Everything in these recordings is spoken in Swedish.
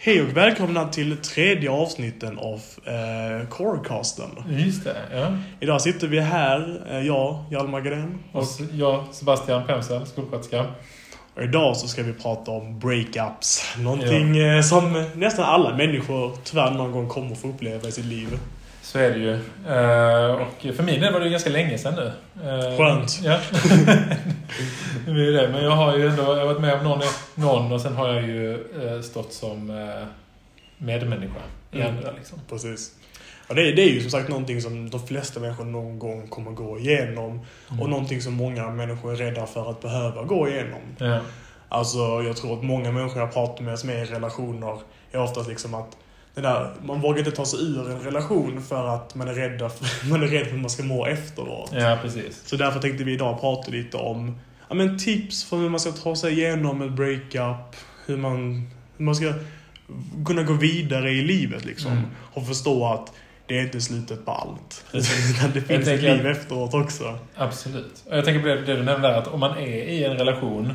Hej och välkomna till tredje avsnitten av Corecasten. Just det, ja. Idag sitter vi här, jag, Hjalmar Gren. Och jag, Sebastian Pemsel, skolsköterska. Och idag så ska vi prata om breakups. Någonting som nästan alla människor tyvärr någon gång kommer att få uppleva i sitt liv. Så är det ju. Och för min del var det ju ganska länge sedan nu. Skönt. Ja. Det är det. Men jag har ju ändå varit med om någon och sen har jag ju stått som medmänniska i andra liksom. Precis. Ja, det är ju som sagt någonting som de flesta människor någon gång kommer gå igenom. Och någonting som många människor är rädda för att behöva gå igenom. Ja. Alltså jag tror att många människor jag pratar med som är i relationer är oftast liksom att man vågar inte ta sig ur en relation för att man är rädd för att man ska må efteråt. Ja, precis. Så därför tänkte vi idag prata lite om tips för hur man ska ta sig igenom ett breakup. Hur man ska kunna gå vidare i livet liksom. Och förstå att det är inte slutet på allt. Det finns ett liv efteråt också. Absolut. Och jag tänker på det du nämnde där, att om man är i en relation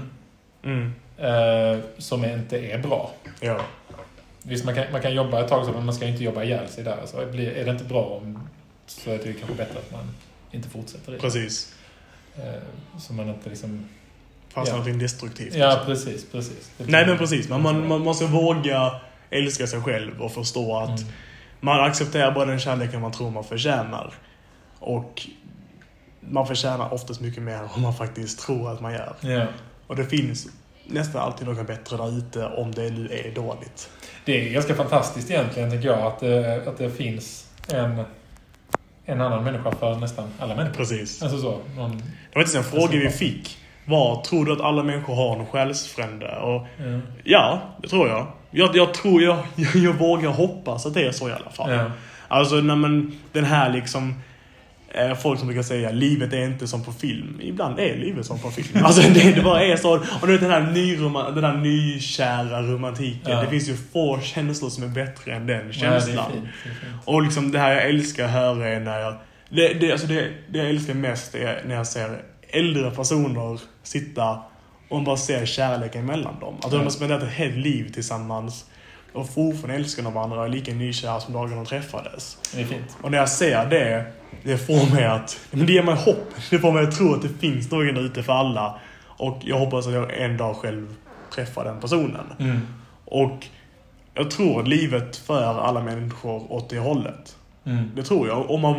som inte är bra. Ja. Visst, man kan jobba ett tag så, men man ska inte jobba ihjäl sig där. Så är det inte bra så är det kanske bättre att man inte fortsätter i. Precis. Så man inte liksom... Fast någonting destruktivt. Ja, precis. Nej, men precis. Man måste våga älska sig själv och förstå att man accepterar bara den kärleken man tror man förtjänar. Och man förtjänar oftast mycket mer än man faktiskt tror att man gör. Ja. Och det finns nästan alltid något bättre där ute om det nu är dåligt. Det är ganska fantastiskt egentligen, tycker jag, att det finns en annan människa för nästan alla människor. Precis. Alltså så. Det var inte en fråga vi fick. Tror du att alla människor har en själsfrände? Och ja, det tror jag. Jag vågar hoppas att det är så i alla fall. Ja. Alltså den här liksom... folk som brukar säga livet är inte som på film. Ibland är livet som på film. Alltså det bara är så. Och nu den här nykära romantiken. Det finns ju få känslor som är bättre än den känslan. Det är fint. Och liksom det här jag älskar att höra är när jag... Det jag älskar mest är när jag ser äldre personer sitta och bara ser kärleken mellan dem. Att de har spenderat ett helt liv tillsammans och fortfarande älskar varandra och är lika nykära som dagen de träffades. Det är fint. Och när jag ser det får mig att... Men det ger mig hopp. Det får mig att tro att det finns någon där ute för alla. Och jag hoppas att jag en dag själv träffar den personen. Och jag tror att livet för alla människor åt det hållet. Det tror jag. Om man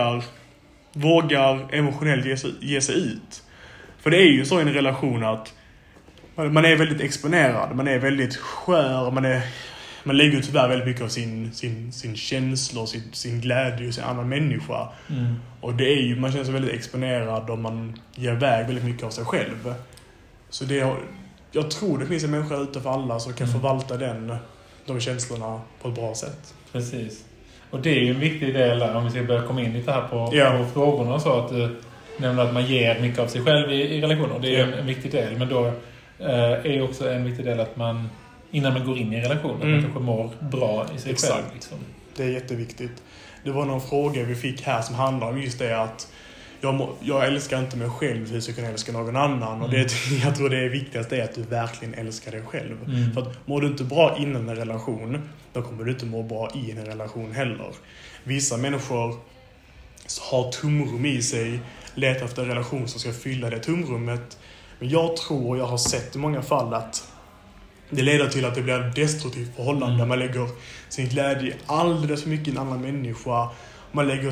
vågar emotionellt ge sig ut. För det är ju så i en relation att man är väldigt exponerad. Man är väldigt skör. Man lägger tyvärr väldigt mycket av sin känsla och sin glädje hos en annan människa. Och det är ju, man känner sig väldigt exponerad och man ger iväg väldigt mycket av sig själv. Så jag tror det finns en människa ute för alla som kan förvalta de känslorna på ett bra sätt. Precis. Och det är ju en viktig del där, om vi ska börja komma in lite här på frågorna och så, att du nämnde att man ger mycket av sig själv i relationer. Det är en viktig del, men då är också en viktig del att man, innan man går in i en relation, att man kanske mår bra i sig själv. Liksom. Det är jätteviktigt. Det var någon fråga vi fick här som handlar om just det att jag älskar inte mig själv, hur ska jag kunna älska någon annan? Och jag tror det viktigaste är att du verkligen älskar dig själv. För att mår du inte bra innan en relation, då kommer du inte må bra i en relation heller. Vissa människor har tomrum i sig, letar efter en relation som ska fylla det tomrummet. Men jag har sett i många fall att det leder till att det blir ett destruktivt förhållande där man lägger sin glädje alldeles för mycket i en annan människa. Man lägger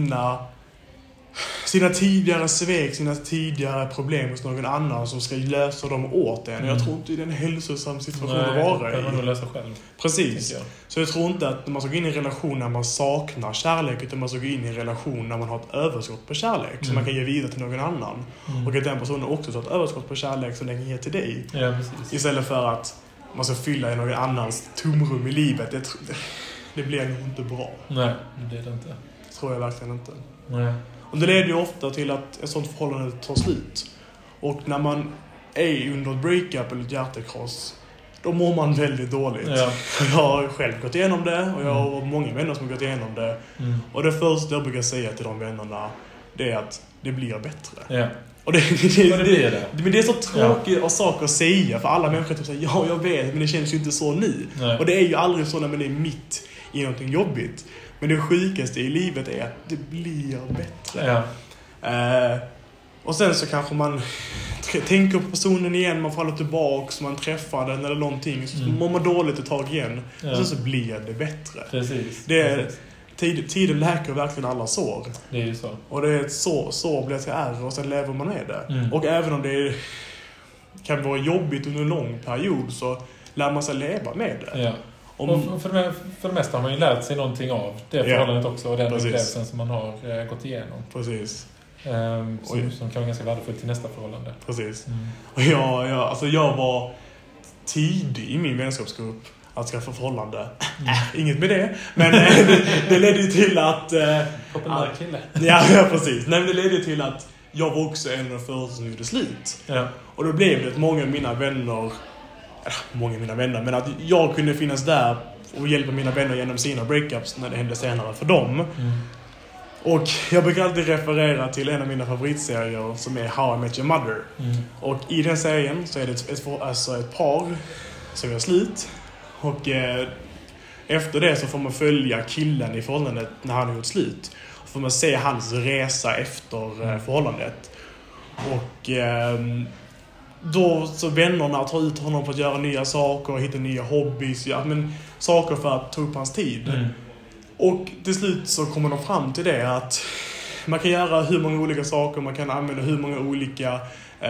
sina tidigare svek, sina tidigare problem hos någon annan som ska lösa dem åt en. Jag tror inte det är en hälsosam situation att vara i. Det kan man lösa själv. Precis. Så jag tror inte att man ska gå in i en relation när man saknar kärlek, utan man ska gå in i en relation när man har ett överskott på kärlek som man kan ge vidare till någon annan. Och att den personen också har ett överskott på kärlek som den kan ge till dig. Ja, precis. Istället för att man ska fylla i någon annans tomrum i livet. Det blir nog inte bra. Nej, det blir det inte. Det tror jag verkligen inte. Nej. Och det leder ju ofta till att ett sånt förhållande tar slut. Och när man är under ett breakup eller ett hjärtekross, då mår man väldigt dåligt. Ja. Jag har själv gått igenom det och jag har många vänner som har gått igenom det. Och det första jag brukar säga till de vännerna, det är att det blir bättre. Ja. Och det men det är så tråkigt saker att säga. För alla människor typ säger, ja jag vet, men det känns ju inte så nu. Nej. Och det är ju aldrig så när man är mitt i någonting jobbigt. Men det sjukaste i livet är att det blir bättre. Ja. Och sen så kanske man tänker på personen igen, man faller tillbaka, så man träffar den eller någonting, så mår man dåligt ett tag igen. Och sen så blir det bättre. Precis. Tiden läker verkligen alla sår. Det är ju så. Och det är ett sår blir till ärr och sen lever man med det. Och även om det kan vara jobbigt under en lång period, så lär man sig leva med det. Ja. Och för det mesta har man ju lärt sig någonting av det förhållandet också, och den upplevelsen som man har gått igenom. Precis. Som kan vara ganska värdefullt till nästa förhållande. Precis. Och jag var tidig i min vänskapsgrupp att skaffa förhållande. Inget med det. Men det ledde ju till att... populär kille. Ja, precis. Nej, men det ledde till att jag var också en av de första som gjorde slut. Ja. Och då blev det att många av mina vänner, men att jag kunde finnas där och hjälpa mina vänner genom sina breakups när det hände senare för dem. Och jag brukar alltid referera till en av mina favoritserier som är How I Met Your Mother. Och i den serien så är det ett par som gör slut. Och efter det så får man följa killen i förhållandet när han har gjort slut. Och får man se hans resa efter förhållandet. Och då så vännerna tar ut honom på att göra nya saker, hitta nya hobbies, saker för att ta upp hans tid. Och till slut så kommer de fram till det att man kan göra hur många olika saker, man kan använda hur många olika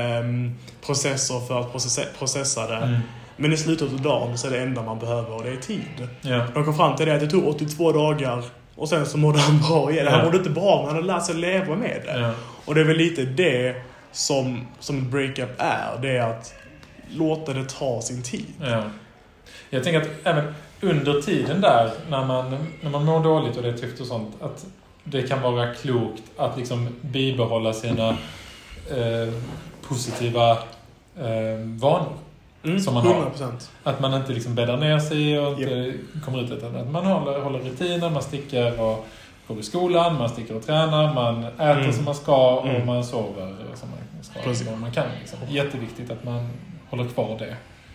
processer för att processa det. Men i slutet av dagen så är det enda man behöver, och det är tid. Ja. De kom fram till det att det tog 82 dagar och sen så mådde han bra igen. Han mådde inte bra, men han hade lärt sig leva med det. Ja. Och det är väl lite det som en breakup är. Det är att låta det ta sin tid. Ja. Jag tänker att även under tiden där, när man mår dåligt och det är tufft och sånt, att det kan vara klokt att liksom bibehålla sina positiva vanor som man 100%. har. Att man inte liksom bäddar ner sig och inte kommer ut, utan att man håller rutiner, man sticker och går i skolan, man sticker och tränar, man äter som man ska och man sover som man ska, som man kan. Liksom. Jätteviktigt att man håller kvar det.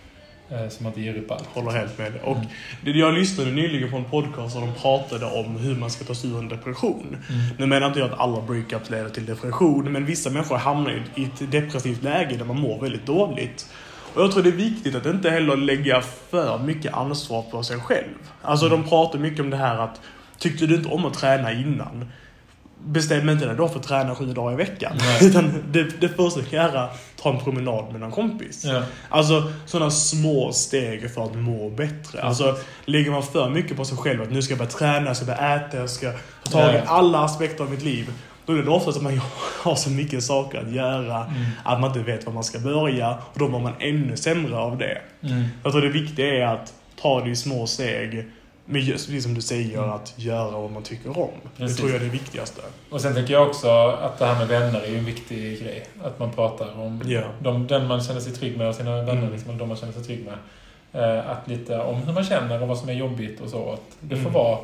Som att det ger upp allt. Håller helt med. Och jag lyssnade nyligen på en podcast och de pratade om hur man ska ta sig ur en depression. Nu menar inte jag att alla breakups leder till depression, men vissa människor hamnar i ett depressivt läge där man mår väldigt dåligt. Och jag tror det är viktigt att inte heller lägga för mycket ansvar på sig själv. Alltså de pratar mycket om det här att tyckte du inte om att träna innan, bestäm inte dig då för att träna 7 dagar i veckan. Utan det första du kan göra, ta en promenad med en kompis. Ja. Alltså sådana små steg för att må bättre. Alltså lägger man för mycket på sig själv att nu ska jag börja träna, jag ska börja äta, jag ska ta tag i alla aspekter av mitt liv. Då är det ofta att man har så mycket saker att göra att man inte vet var man ska börja, och då mår man ännu sämre av det. Jag tror det viktiga är att ta det i små steg, men just som du säger, att göra vad man tycker om. Precis. Det tror jag är det viktigaste. Och sen tänker jag också att det här med vänner är en viktig grej. Att man pratar om den man känner sig trygg med och sina vänner, liksom, eller de man känner sig trygg med. Att lite om hur man känner och vad som är jobbigt och så. Att det får vara...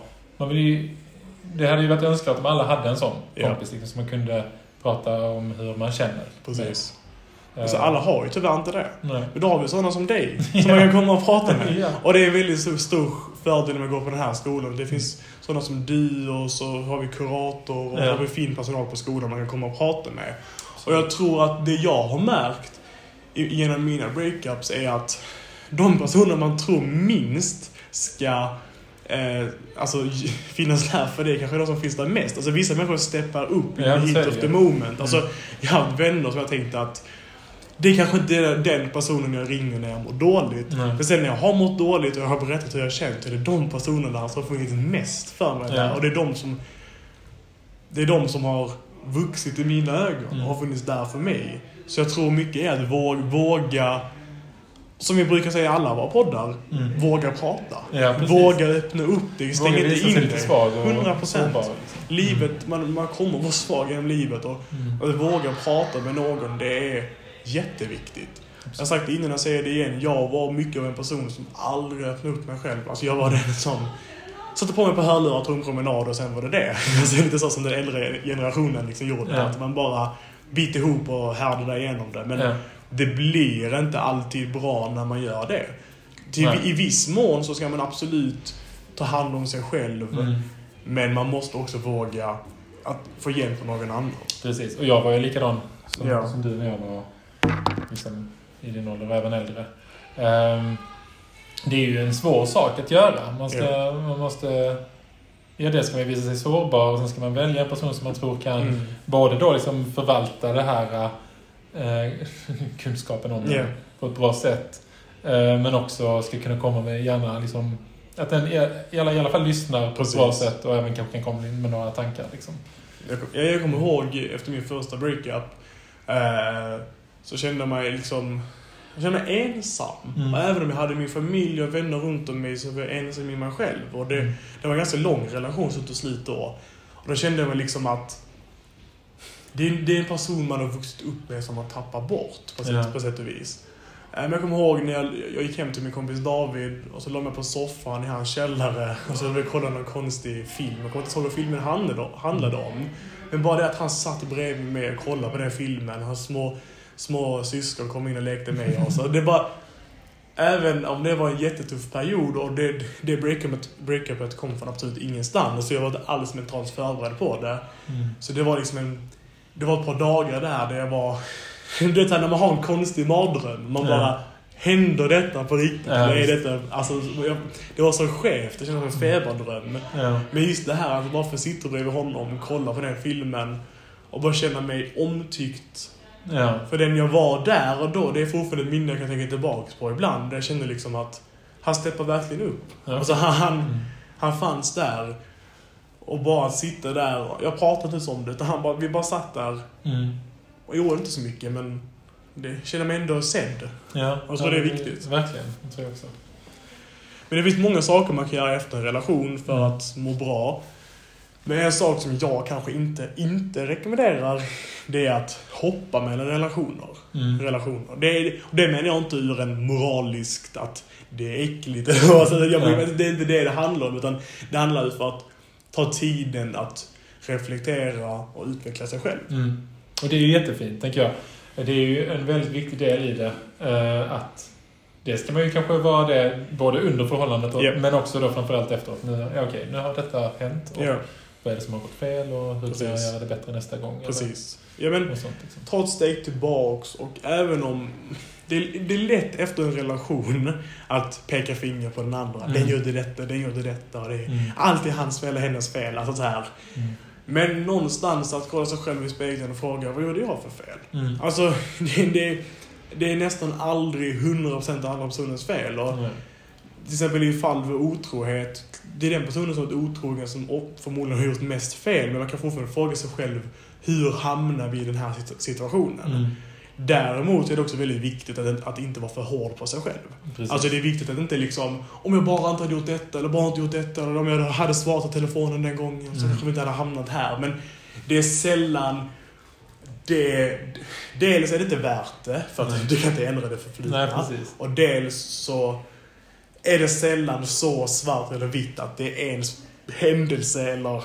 Det hade ju varit önskvärt om alla hade en sån kompis liksom, så man kunde prata om hur man känner. Precis. Alltså, alla har ju tyvärr inte det. Nej. Men då har vi sådana som dig som man kan komma och prata med. Och det är väldigt stor fördel när man går på den här skolan. Det finns sådana som du, och så har vi kurator och har vi fin personal på skolan man kan komma och prata med. Och jag tror att det jag har märkt genom mina breakups är att de personer man tror minst ska finnas där för det kanske är de som finns där mest. Alltså vissa människor steppar upp i hit of the moment. Alltså jag har vänner som jag tänkte att det kanske inte är den personen jag ringer när jag mår dåligt. Men sen när jag har mått dåligt och jag har berättat hur jag känt, så är det de personerna som har funnits mest för mig där. Och det är de som har vuxit i mina ögon och har funnits där för mig. Så jag tror mycket är att våga, som vi brukar säga i alla våra poddar, våga prata. Ja, våga öppna upp det. Stäng inte in det. 100%. Livet, man kommer vara svag genom livet. Och att våga prata med någon, det är jätteviktigt. Jag har sagt det innan, jag säger det igen. Jag var mycket av en person som aldrig öppnade upp mig själv. Alltså jag var den som satte på mig på hörlurar, tog en promenad och sen var det. Alltså det är lite så som den äldre generationen liksom gjorde. Att man bara bit ihop och härdar igenom det. Men det blir inte alltid bra när man gör det. I viss mån så ska man absolut ta hand om sig själv. Men man måste också våga att få hjälp av någon annan. Precis, och jag var ju likadan som du när jag var liksom, i din ålder och även äldre. Det är ju en svår sak att göra. Man måste... Ja, det ska man visa sig sårbar och sen ska man välja en person som man tror kan både då liksom förvalta det här kunskapen om det på ett bra sätt. Men också ska kunna komma med gärna liksom, att den i alla fall lyssnar på ett bra sätt och även kanske kan komma in med några tankar liksom. Jag kommer ihåg efter min första breakup så kände jag mig liksom ensam. Och även om jag hade min familj och vänner runt om mig så var jag ensam i mig själv. Och det var en ganska lång relation så till slut då. Och då kände jag mig liksom att det är en person man har vuxit upp med som man tappar bort på sätt och vis. Men jag kommer ihåg när jag gick hem till min kompis David och så låg jag på soffan i hans källare och så ville jag kolla någon konstig film. Jag kommer inte ihåg vad filmen handlade om. Men bara det att han satt bredvid mig och kollade på den filmen. Hans små syskon kom in och lekte med oss. Det bara, även om det var en jättetuff period och det breakupet kom från absolut ingenstans så jag var inte alls mentalt förberedd på det. Så det var liksom det var ett par dagar där jag var det när man har en konstig mardröm. Man bara, händer detta på riktigt? Eller är detta, alltså, det var så skevt, det kändes som en feberdröm. Men just det här, att bara få sitta bredvid honom och kolla på den filmen och bara känna mig omtyckt. För den jag var där och då, det är fortfarande ett minne jag kan tänka tillbaka på ibland. Jag kände liksom att han steppar verkligen upp. Alltså han fanns där och bara sitta där. Jag pratade inte om det, utan vi bara satt där och gjorde inte så mycket, men det känner mig ändå sedd. Och så det är viktigt. Verkligen, det tror jag också. Men det finns många saker man kan göra efter en relation för att må bra. Men en sak som jag kanske inte rekommenderar, det är att hoppa mellan relationer. Det menar jag inte ur en moraliskt att det är äckligt. Alltså, det är inte det handlar om, utan det handlar ju för att ta tiden att reflektera och utveckla sig själv. Och det är ju jättefint, tänker jag. Det är ju en väldigt viktig del i det. Att det ska man ju kanske vara det både under förhållandet men också då framförallt efteråt. Nu har detta hänt och vad är det som har gått fel och hur ska jag göra det bättre nästa gång? Precis. Ja, men sånt, liksom. Ta ett steg tillbaks och även om det är lätt efter en relation att peka finger på den andra. Den gjorde detta. Det är alltid hans fel eller hennes fel. Alltså så här. Men någonstans att kolla sig själv i spegeln och fråga, vad gjorde jag för fel? Alltså, det är nästan aldrig 100% andra personens fel. Och till exempel i fall för otrohet, det är den personen som är otrogen som förmodligen har gjort mest fel. Men man kan fortfarande fråga sig själv, hur hamnar vi i den här situationen? Däremot är det också väldigt viktigt att inte vara för hård på sig själv. Precis. Alltså det är viktigt att inte liksom, om jag bara inte hade gjort detta eller bara inte gjort detta, eller om jag hade svarat på telefonen den gången så kanske vi inte hade hamnat här. Men det är sällan dels är det inte värt det för att du kan inte ändra det förflutna. Och dels så är det sällan så svart eller vitt att det är en händelse eller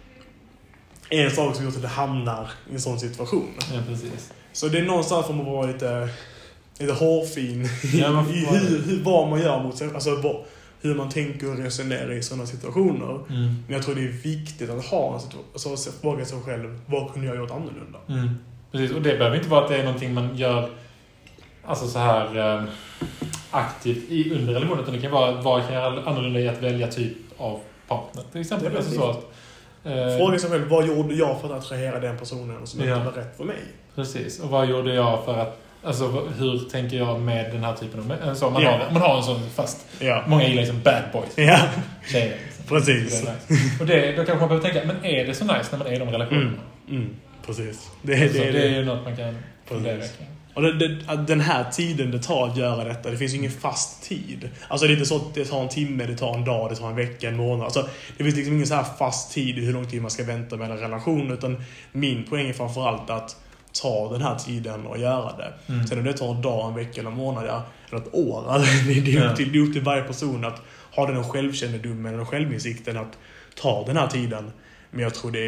en sak som gör att det hamnar i en sån situation. Ja, precis. Så det är någonstans får man vara lite hårfin i vad man gör mot sig. Alltså hur man tänker och resonerar i sådana situationer. Men jag tror det är viktigt att ha en situation, alltså fråga sig själv, vad kunde jag gjort annorlunda? Precis, och det behöver inte vara att det är någonting man gör alltså så här aktivt under relationen, utan det kan vara vad kan jag annorlunda i att välja typ av partner. Till exempel alltså så att fråga sig själv, vad gjorde jag för att attrahera den personen som inte var rätt för mig? Precis, och vad gjorde jag för att, alltså hur tänker jag med den här typen av så man har en sån fast många gillar liksom bad boys. Tjejer, liksom. Precis. Och då kanske man behöver tänka, men är det så nice när man är i de relationerna? Precis. Det är ju något man kan fundera kring. Och den här tiden det tar att göra detta, det finns ju ingen fast tid. Alltså det är inte så att det tar en timme, det tar en dag, det tar en vecka, en månad. Alltså det finns liksom ingen så här fast tid i hur lång tid man ska vänta med en relation, utan min poäng är framförallt att ta den här tiden och göra det. Sen om det tar en dag, en vecka eller en månad eller ett år, det är upp till varje person att ha den självkännedomen och självinsikten att ta den här tiden. Men jag tror det är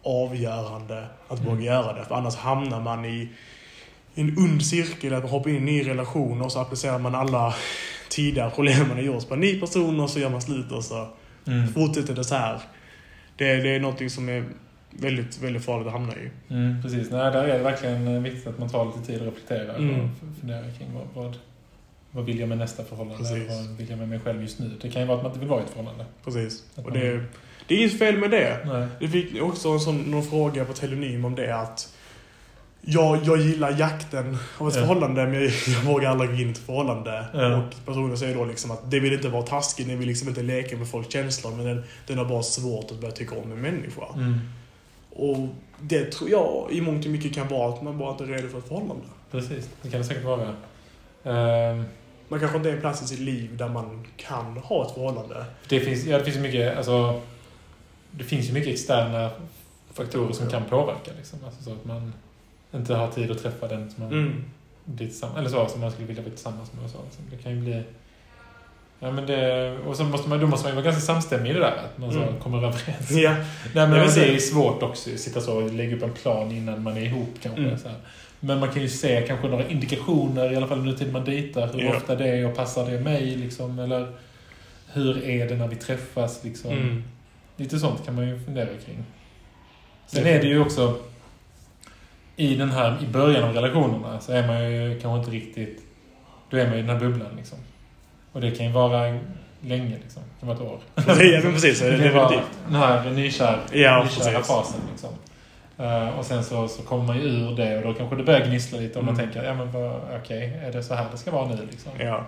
avgörande att våga göra det. För annars hamnar man i en ond cirkel att man hoppar in i en ny relation och så applicerar man alla tidigare problem man har gjort på en ny person och så gör man slut och så fortsätter det så här. Det är någonting som är väldigt, väldigt farligt att hamna i. Precis. Nej, där är det verkligen viktigt att man tar lite tid att reflektera och fundera kring vad vill jag med nästa förhållande? Vad vill jag med mig själv just nu? Det kan ju vara att man inte vill vara i ett förhållande. Precis. Och det är inget fel med det. Nej. Det fick också någon fråga på Telonym om det att jag gillar jakten av ett förhållande, men jag vågar aldrig gå in i ett förhållande. Och personen säger då liksom att det vill inte vara taskigt, det vill liksom inte leka med folks känslor, men den har bara svårt att börja tycka om en människa. Och det tror jag i mångt och mycket kan vara att man bara inte är redo för ett förhållande. Precis, det kan det säkert vara. Man kanske inte är en plats i sitt liv där man kan ha ett förhållande. Det finns mycket, alltså, det finns ju mycket externa faktorer som kan påverka liksom. Alltså, så att man inte har tid att träffa den som man blir tillsammans, eller så, som man skulle vilja bli tillsammans med och så. Det kan ju bli och så måste man ju vara ganska samstämmig i det där, att man så kommer överens. Ja. Nej, men det är svårt också att sitta så och lägga upp en plan innan man är ihop kanske så här. Men man kan ju se kanske några indikationer, i alla fall under tiden man dejtar, hur ofta det är och passar det mig liksom, eller hur är det när vi träffas liksom. Lite sånt kan man ju fundera kring. Sen är det ju också i början av relationerna så är man ju kanske inte riktigt, då är man i den här bubblan liksom. Och det kan ju vara länge liksom, det kan vara ett år. Ja, men precis, det kan vara den här nykära fasen liksom. Och sen så kommer man ju ur det och då kanske det börjar gnissla lite och man tänker, ja men okej, är det så här det ska vara nu liksom? Ja.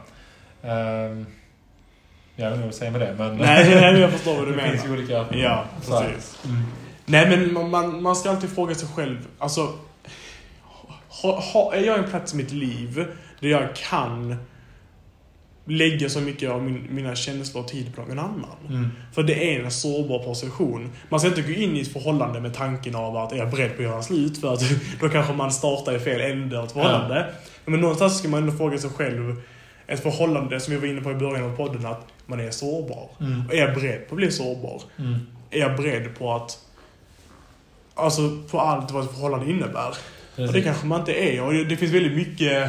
Jag vet inte vad säga med det, men nej, jag förstår vad du menar. Det finns ju olika. Ja, precis. Nej, men man ska alltid fråga sig själv, alltså är jag en plats i mitt liv där jag kan lägga så mycket av mina känslor och tid på någon annan. För det är en sårbar position. Man ska inte gå in i ett förhållande med tanken av att jag är beredd på att göra slut, för att då kanske man startar i fel ände av ett förhållande. Men någonstans ska man ändå fråga sig själv, ett förhållande som vi var inne på i början av podden, att man är sårbar. Och är jag beredd på att bli sårbar? Är jag beredd på att på allt vad ett förhållande innebär? Och det kanske man inte är. Och det finns väldigt mycket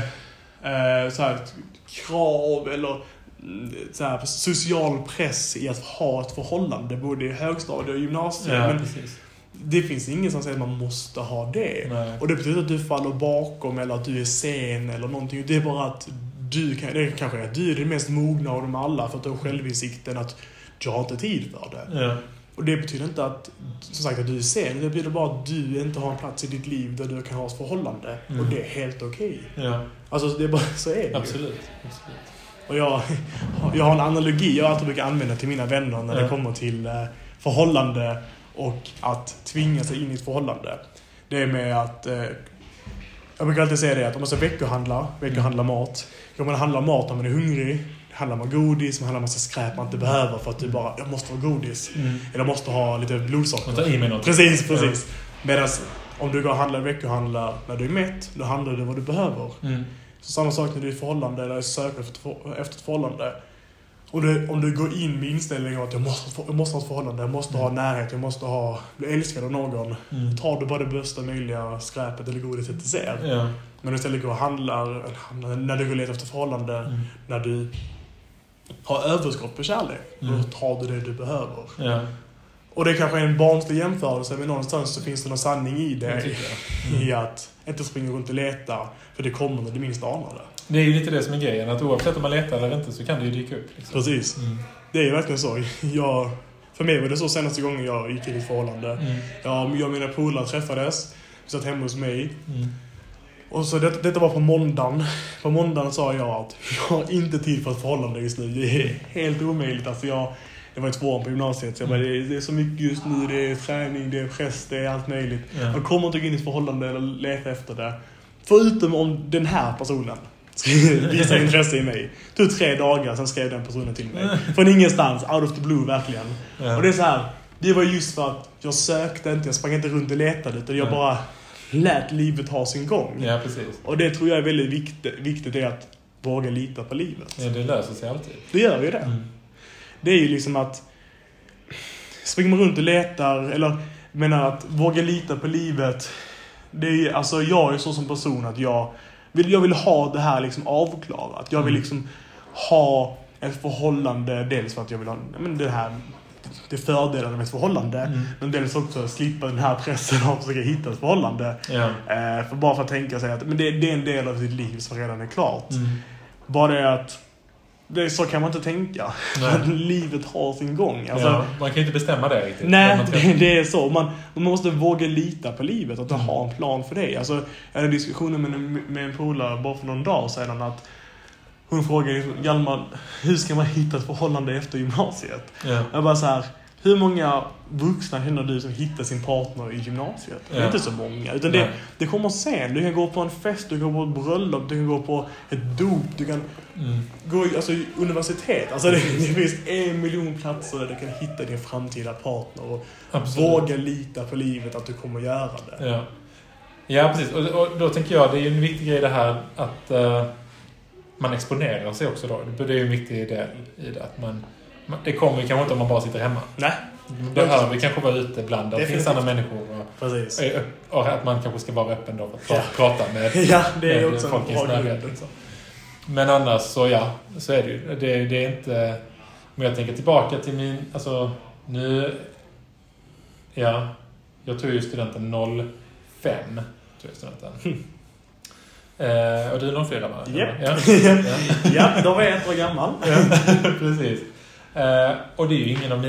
så här krav eller så här social press i att ha ett förhållande både i högstadiet och gymnasiet. Men det finns ingen som säger att man måste ha det. Nej. Och det betyder att du faller bakom eller att du är sen eller någonting. Det är bara att det kanske är att du är den mest mogna av dem alla, för att du har självinsikten att du har inte tid för det. Ja. Och det betyder inte att, som sagt, att du är sen. Det betyder bara att du inte har en plats i ditt liv där du kan ha ett förhållande. Och det är helt okej. Ja. Alltså, det är bara, så är det. Absolut. Och jag har en analogi jag alltid brukar använda till mina vänner när det kommer till förhållande och att tvinga sig in i ett förhållande. Det är med att jag brukar alltid säga det, att om man ska veckohandla mat. Om man handlar mat när man är hungrig, handlar man godis, man handlar massa skräp man inte behöver för att du bara, jag måste ha godis. Eller måste ha lite blodsocker. Man tar i med något. Precis. Ja. Medan om du går och veckohandlar när du är mätt, då handlar du vad du behöver. Så samma sak när du är i förhållande eller söker efter ett förhållande. Och om du går in med inställningen att jag måste ha ett förhållande, jag måste ha närhet, jag måste bli älskad av någon. Tar du bara det bästa möjliga skräpet eller godiset du ser. Ja. Men istället går och handlar när du går leta efter förhållande, när du har överskott på kärlek, då tar du det du behöver. Ja. Och det kanske är en barnslig jämförelse, men någonstans så finns det någon sanning i det. I att inte springa runt och leta, för det kommer när du minst anar det. Det är ju lite det som är grejen, att oavsett om man letar eller inte så kan det ju dyka upp. Liksom. Precis. Det är ju verkligen så. För mig var det så senaste gången jag gick in i ett förhållande. Jag och mina polare träffades, vi satt hemma hos mig. Och så detta var på måndagen. På måndagen sa jag att jag har inte tid för ett förhållande just nu. Det är helt omöjligt. Alltså det var 2 år på gymnasiet. Så jag bara, det är så mycket just nu. Det är träning, det är press, det är allt möjligt. Jag kommer inte gå in i ett förhållande eller leta efter det. Förutom om den här personen visar intresse i mig. Det tog 3 dagar, sen skrev den personen till mig. Från ingenstans, out of the blue verkligen. Och det är så här, det var just för att jag sökte inte, jag sprang inte runt och letade, utan jag bara lät livet ha sin gång. Ja, precis. Och det tror jag är väldigt viktigt är att våga lita på livet. Ja, det löser sig alltid. Det gör ju det. Det är ju liksom att springer man runt och letar, eller Men att våga lita på livet, det är, alltså jag är så som person att jag vill ha det här liksom avklarat. Jag vill liksom ha ett förhållande, dels för att jag vill ha det fördelar med ett förhållande, men dels också slippa den här pressen av att försöka hitta ett förhållande. Bara för att tänka sig att men det är en del av sitt liv som redan är klart. Bara det att så kan man inte tänka. Att livet har sin gång. Alltså, man kan ju inte bestämma det riktigt. Nej, det är så. Man måste våga lita på livet. Att ha en plan för det. Alltså, jag hade diskussioner med en polare bara för någon dag sedan att hon frågade Hjalmar, hur ska man hitta ett förhållande efter gymnasiet? Jag bara så här, hur många vuxna känner du som hittar sin partner i gymnasiet? Det är inte så många. Utan det kommer sen. Du kan gå på en fest, du kan gå på ett bröllop, du kan gå på ett dop, du kan gå i universitet. Alltså det finns 1 miljon platser där du kan hitta din framtida partner och våga lita på livet att du kommer göra det. Ja, precis. Och då tänker jag, det är en viktig grej det här att man exponerar sig också då. Det är ju en viktig del i det. Att det kommer kanske inte om man bara sitter hemma. Nej. Vi kanske vara ute bland. Det finns andra människor. Och att man kanske ska vara öppen då för att prata med, det är också folk i närheten. Men annars så är det ju. Det är inte... Om jag tänker tillbaka till min... Alltså, nu... Ja, jag tog ju studenten 05. Tog jag studenten. Och du är 04, va? Ja, då var jag 1 år gammal. Precis. Och det är ju ingen av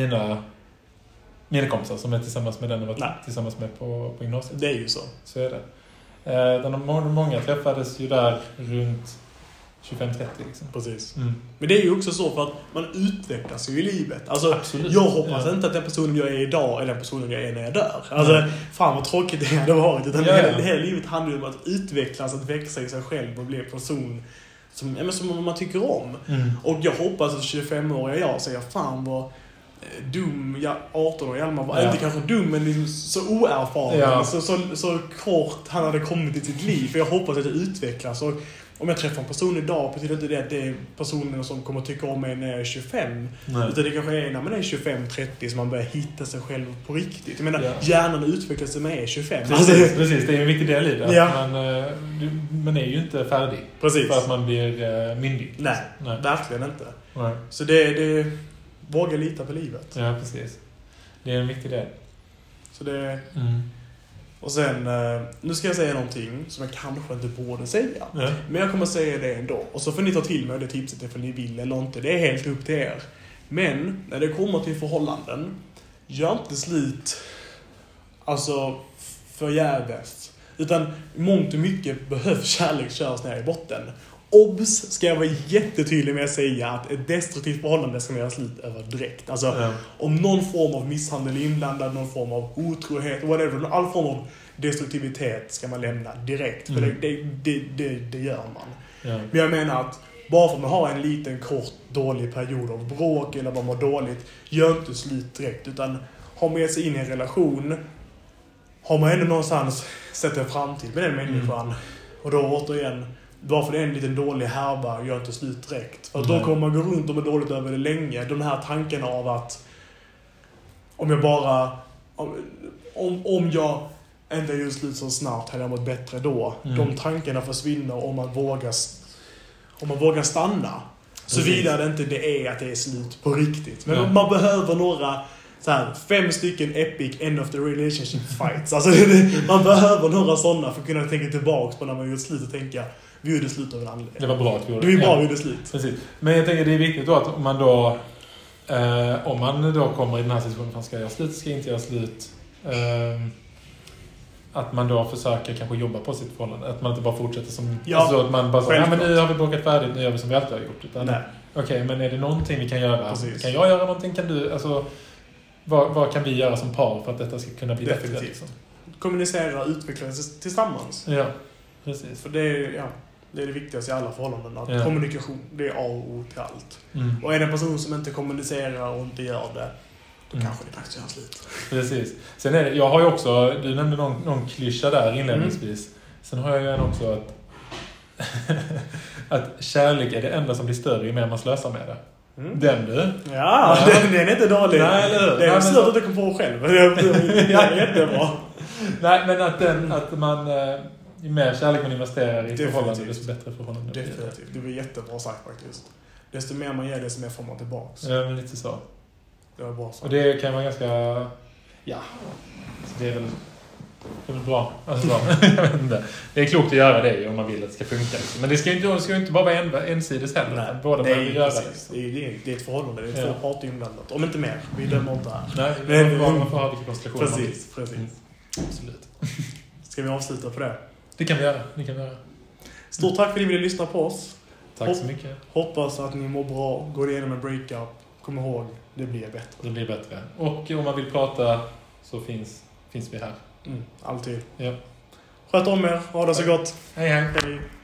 mina kompisar som är tillsammans med den jag var tillsammans med på gymnasiet. Det är ju så. Så är det. Många träffades ju där runt 25-30 liksom. Precis. Men det är ju också så för att man utvecklas ju i livet. Alltså, jag hoppas inte att den personen jag är idag är den personen jag är när jag dör. Alltså, fan vad tråkigt det hade varit. Utan hela livet handlar ju om att utvecklas, att växa i sig själv och bli en person som man tycker om. Och jag hoppas att 25-åriga jag säger fan vad dum, 18 år Hjalmar var inte kanske dum, men liksom så oerfaren, så kort han hade kommit i sitt liv. För jag hoppas att det utvecklas. Och om jag träffar en person idag betyder inte det att det är personen som kommer tycka om mig när jag är 25. Utan det kanske är när man är 25-30 som man börjar hitta sig själv på riktigt. Jag menar, hjärnan utvecklas sig när man är 25. Precis, det är en viktig del i det. Man är ju inte färdig. Precis. För att man blir myndig. Nej, verkligen inte. Så det våga lita på livet. Ja, precis. Det är en viktig del. Så det... Och sen, nu ska jag säga någonting som jag kanske inte borde säga. Men jag kommer säga det ändå. Och så får ni ta till mig det tipset ifall ni vill eller inte. Det är helt upp till er. Men när det kommer till förhållanden, gör inte slut alltså förgäves. Utan mångt och mycket behövs kärlek köras ner i botten. Obs ska jag vara jättetydlig med att säga att ett destruktivt förhållande ska man göra slut över direkt. Alltså om någon form av misshandel är inblandad, någon form av otrohet, whatever, all form av destruktivitet ska man lämna direkt. För det gör man. Men jag menar att bara för att man har en liten kort dålig period av bråk eller bara mår dåligt, gör inte slut direkt. Utan har med sig in i en relation, har man ändå någonstans sett en framtid med den människan. Och då återigen, bara för det är en liten dålig härva, gör inte slut direkt. För då kommer man gå runt och må dåligt över det länge. De här tankarna av att om jag bara om jag inte gör slut så snabbt hade jag mått bättre då. De tankarna försvinner om man vågar stanna. Såvida det inte det är att det är slut på riktigt. Men man behöver några så här, 5 stycken epic end of the relationship fights. Alltså, man behöver några sådana för att kunna tänka tillbaka på när man gör slut och tänka vi gjorde slut av en anledning. Det var bra att vi gjorde det. Det var bra vi gjorde slut. Precis. Men jag tänker det är viktigt då att om man då kommer i den här situationen, man ska göra slut, ska inte göra slut, att man då försöker kanske jobba på sitt förhållande. Att man inte bara fortsätter som... alltså att man bara säger, men nu har vi bråkat färdigt, nu gör vi som vi alltid har gjort. Utan, okej, men är det någonting vi kan göra? Precis. Kan jag göra någonting? Kan du... Alltså, vad kan vi göra som par för att detta ska kunna bli bättre? Liksom? Kommunicera och utvecklas tillsammans. Ja, precis. För det är det viktigaste i alla förhållanden. Att kommunikation, det är A och O till allt. Och är det en person som inte kommunicerar och inte gör det, då kanske det faktiskt gör slut. Precis. Sen är det, jag har ju också, du nämnde någon klyscha där inledningsvis. Sen har jag ju en också att att kärlek är det enda som blir större ju mer man slösar med det. Den du? Ja, den är inte dålig. Nej, eller? Det är svårt att du kommer på själv. Det är jättebra. Nej, men att man ju mer kärlek man investerar i förhållande, desto bättre förhållande. Definitivt. Det var jättebra sagt faktiskt. Desto mer man ger, desto mer får man tillbaks. Ja, men lite så. Det var bra sagt. Och det kan vara ganska... Ja. Så det är väl bra. Alltså, jag vet inte. Det är klokt att göra det om man vill att det ska funka. Liksom. Men det ska ju inte bara vara ensidigt heller. Nej, båda det är göra precis. Det är ett förhållande. Det är två parter inblandat. Om inte mer. Vi dömer inte här. Nej, man får ha vilka konstellationer man vill. Precis. Absolut. Ska vi avsluta på det? Det kan vi göra. Stort tack för att ni ville lyssna på oss. Tack så mycket. Hoppas att ni mår bra. Går igenom en breakup. Kom ihåg, det blir bättre. Det blir bättre. Och om man vill prata så finns vi här. Alltid. Ja. Sköt om er. Ha det så gott. Hej. Hej.